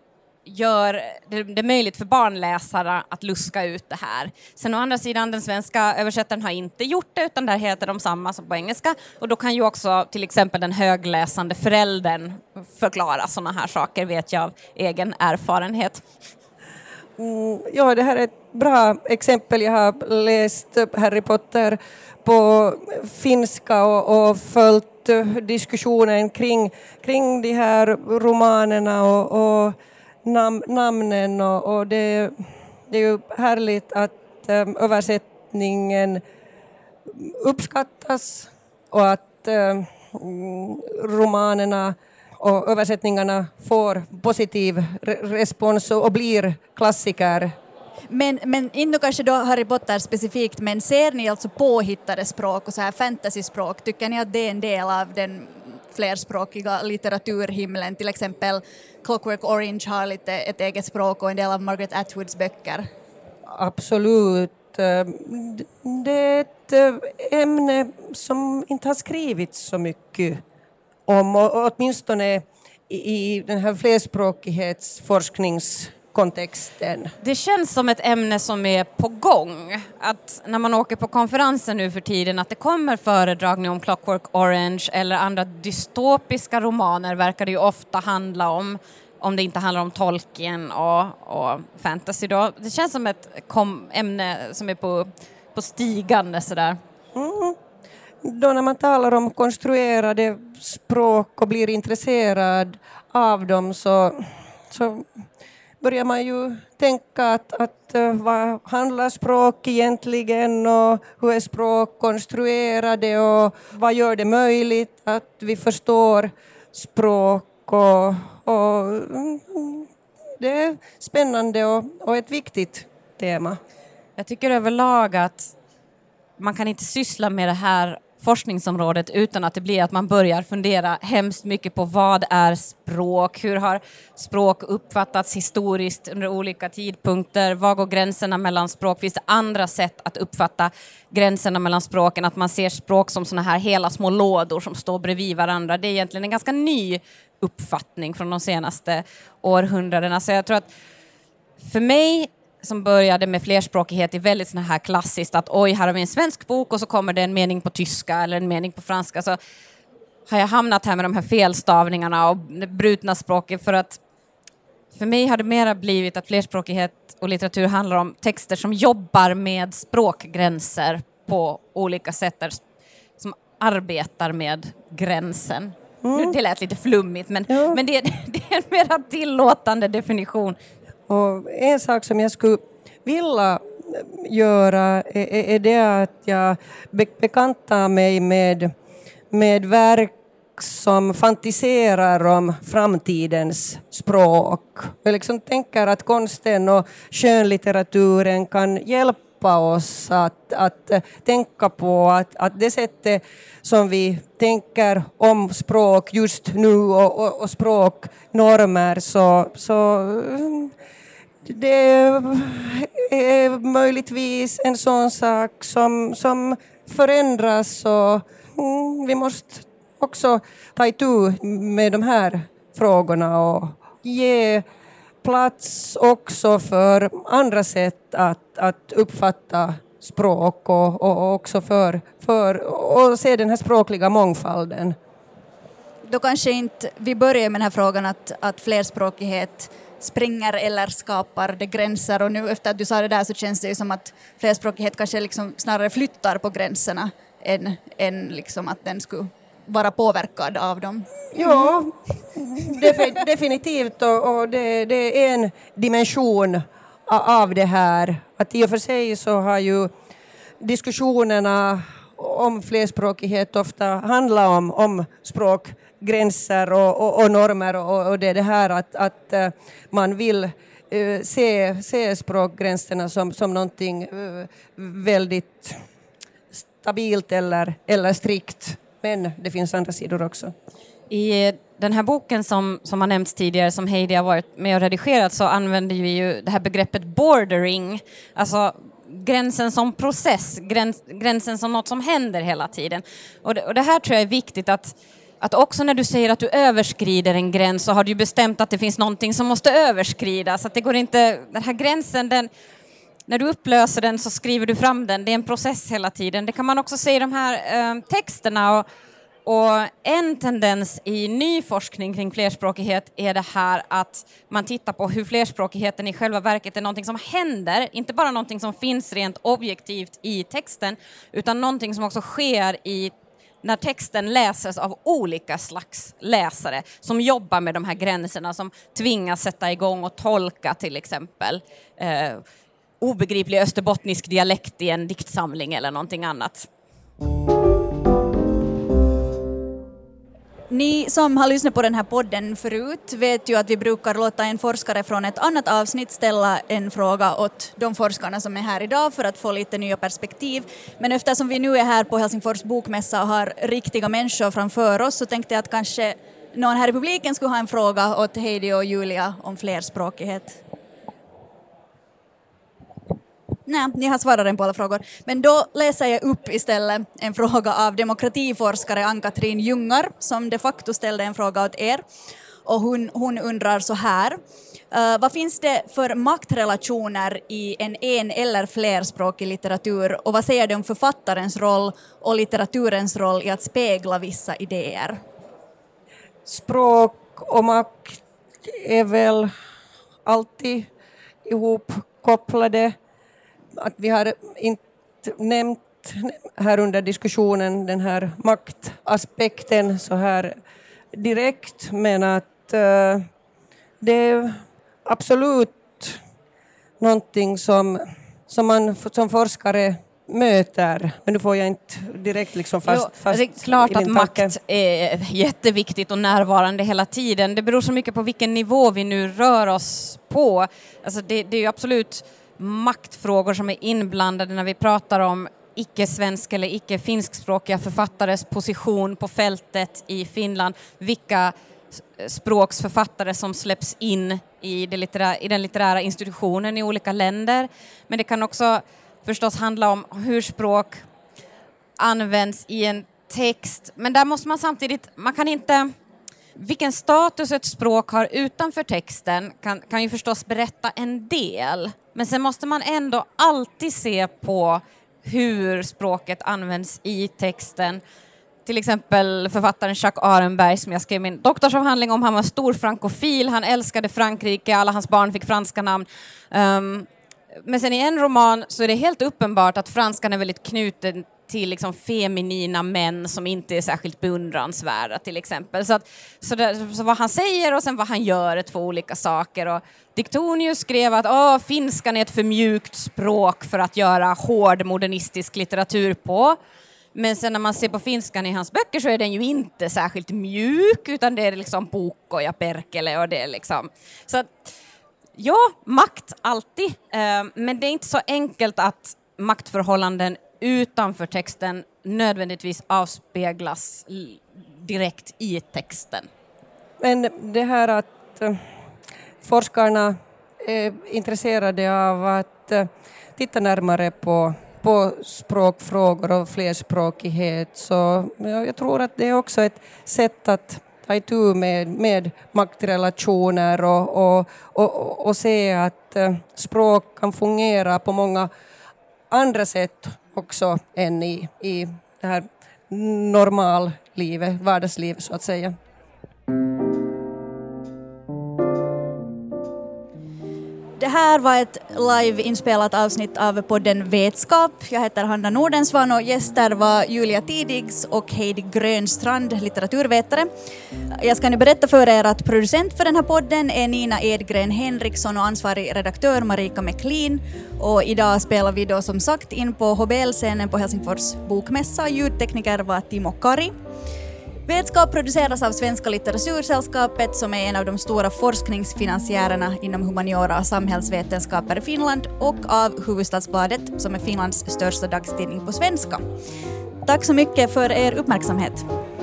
gör det, det är möjligt för barnläsare att luska ut det här. Sen å andra sidan, den svenska översättaren har inte gjort det, utan där heter de samma som på engelska. Och då kan ju också till exempel den högläsande föräldern förklara sådana här saker, vet jag av egen erfarenhet. Mm, ja, det här är ett bra exempel. Jag har läst Harry Potter på finska och, och följt diskussionen kring, kring de här romanerna och, och nam, namnen. Och, och det, det är ju härligt att um, översättningen uppskattas och att um, romanerna och översättningarna får positiv re- respons och blir klassiker. Men, men inte kanske då Harry Potter specifikt, men ser ni alltså påhittade språk och så här fantasyspråk? Tycker ni att det är en del av den flerspråkiga litteraturhimlen? Till exempel Clockwork Orange har lite ett eget språk och en del av Margaret Atwoods böcker. Absolut. Det är ett ämne som inte har skrivits så mycket om, och åtminstone i den här flerspråkighetsforskningskontexten. Det känns som ett ämne som är på gång. Att när man åker på konferenser nu för tiden, att det kommer föredragning om Clockwork Orange eller andra dystopiska romaner, verkar det ju ofta handla om, om det inte handlar om Tolkien och, och fantasy då. Det känns som ett kom- ämne som är på, på stigande sådär. Mm. Då när man talar om konstruerade språk och blir intresserad av dem, så, så börjar man ju tänka att, att vad handlar språk egentligen, och hur är språk konstruerade, och vad gör det möjligt att vi förstår språk, och, och det är spännande och, och ett viktigt tema. Jag tycker överlag att man kan inte syssla med det här forskningsområdet utan att det blir att man börjar fundera hemskt mycket på vad är språk, hur har språk uppfattats historiskt under olika tidpunkter, var går gränserna mellan språk, finns det andra sätt att uppfatta gränserna mellan språken, att man ser språk som såna här hela små lådor som står bredvid varandra. Det är egentligen en ganska ny uppfattning från de senaste århundradena. Så jag tror att för mig som började med flerspråkighet är väldigt såna här klassiskt att oj, här har vi en svensk bok och så kommer det en mening på tyska eller en mening på franska, så har jag hamnat här med de här felstavningarna och brutna språket. För att för mig har det mera blivit att flerspråkighet och litteratur handlar om texter som jobbar med språkgränser på olika sätt, där, som arbetar med gränsen. Mm. Det lät lite flummigt, men, ja. men det, det är en mer tillåtande definition. Och en sak som jag skulle vilja göra är, är det att jag be- bekantar mig med, med verk som fantiserar om framtidens språk. Jag liksom tänker att konsten och skönlitteraturen kan hjälpa oss att, att tänka på att, att det sättet som vi tänker om språk just nu och, och, och språknormer, så, så det är möjligtvis en sån sak som, som förändras, och mm, vi måste också ta itu med de här frågorna och ge plats också för andra sätt att, att uppfatta språk och, och också för, för och se den här språkliga mångfalden. Då kanske inte vi börjar med den här frågan att, att flerspråkighet spränger eller skapar det gränser, och nu efter att du sa det där så känns det ju som att flerspråkighet kanske liksom snarare flyttar på gränserna än, än liksom att den skulle vara påverkad av dem. Ja, def- definitivt, och, och det, det är en dimension av det här. Att i och för sig så har ju diskussionerna om flerspråkighet ofta handlar om, om språkgränser och, och, och normer, och, och det är det här att, att man vill uh, se, se språkgränserna som, som någonting uh, väldigt stabilt eller, eller strikt. Men det finns andra sidor också. I den här boken som, som har nämnts tidigare, som Heidi har varit med och redigerat, så använder vi ju det här begreppet bordering. Alltså gränsen som process, gräns, gränsen som något som händer hela tiden. Och det, och det här tror jag är viktigt, att, att också när du säger att du överskrider en gräns så har du bestämt att det finns någonting som måste överskridas. Att det går inte, den här gränsen, den, när du upplöser den så skriver du fram den. Det är en process hela tiden. Det kan man också se i de här eh, texterna. Och, och en tendens i ny forskning kring flerspråkighet är det här att man tittar på hur flerspråkigheten i själva verket är någonting som händer. Inte bara någonting som finns rent objektivt i texten, utan någonting som också sker i när texten läses av olika slags läsare som jobbar med de här gränserna, som tvingas sätta igång och tolka till exempel eh, obegriplig österbottnisk dialekt i en diktsamling eller någonting annat. Ni som har lyssnat på den här podden förut vet ju att vi brukar låta en forskare från ett annat avsnitt ställa en fråga åt de forskarna som är här idag för att få lite nya perspektiv. Men eftersom vi nu är här på Helsingfors bokmässa och har riktiga människor framför oss, så tänkte jag att kanske någon här i publiken skulle ha en fråga åt Heidi och Julia om flerspråkighet. Nej, ni har svarat den på alla frågor. Men då läser jag upp istället en fråga av demokratiforskare Ann-Katrin Jungar, som de facto ställde en fråga åt er. Och hon, hon undrar så här. Uh, vad finns det för maktrelationer i en en- eller flerspråkig litteratur? Och vad säger det om författarens roll och litteraturens roll i att spegla vissa idéer? Språk och makt är väl alltid ihopkopplade. Att vi har inte nämnt här under diskussionen den här maktaspekten så här direkt, men att uh, det är absolut någonting som, som man som forskare möter, men nu får jag inte direkt liksom fast, jo, fast det är klart att makt tanke. är jätteviktigt och närvarande hela tiden. Det beror så mycket på vilken nivå vi nu rör oss på. Alltså det, det är ju absolut maktfrågor som är inblandade när vi pratar om icke-svensk eller icke-finskspråkiga författares position på fältet i Finland, vilka språksförfattare som släpps in i, det litterära, i den litterära institutionen i olika länder. Men det kan också förstås handla om hur språk används i en text. Men där måste man samtidigt, man kan inte, vilken status ett språk har utanför texten kan, kan ju förstås berätta en del. Men sen måste man ändå alltid se på hur språket används i texten. Till exempel författaren Jacques Arenberg som jag skrev min doktorsavhandling om. Han var stor frankofil, han älskade Frankrike, alla hans barn fick franska namn. Um, men sen i en roman så är det helt uppenbart att franskan är väldigt knuten till liksom feminina män som inte är särskilt beundransvärda till exempel. Så, att, så, det, så vad han säger och sen vad han gör är två olika saker. Och Diktonius skrev att Åh, finskan är ett för mjukt språk för att göra hård modernistisk litteratur på. Men sen när man ser på finskan i hans böcker så är den ju inte särskilt mjuk utan det är liksom Bukko ja Perkele och det är liksom... Så att, ja, makt alltid. Men det är inte så enkelt att maktförhållanden utanför texten nödvändigtvis avspeglas direkt i texten. Men det här att uh, forskarna är intresserade av att uh, titta närmare på, på språkfrågor och flerspråkighet, så ja, jag tror att det är också ett sätt att ta itu med, med maktrelationer och, och, och, och se att uh, språk kan fungera på många andra sätt också än i, i det här normallivet, vardagslivet så att säga. Det här var ett live-inspelat avsnitt av podden Vetskap. Jag heter Hanna Nordensvan och gäster var Julia Tidigs och Heidi Grönstrand, litteraturvetare. Jag ska nu berätta för er att producent för den här podden är Nina Edgren Henriksson och ansvarig redaktör Marika McLean. Och idag spelar vi då som sagt in på H B L-scenen på Helsingfors bokmässa. Ljudtekniker var Timo Kari. Vetskap produceras av Svenska litteratursällskapet som är en av de stora forskningsfinansiärerna inom humaniora och samhällsvetenskaper i Finland och av Hufvudstadsbladet som är Finlands största dagstidning på svenska. Tack så mycket för er uppmärksamhet.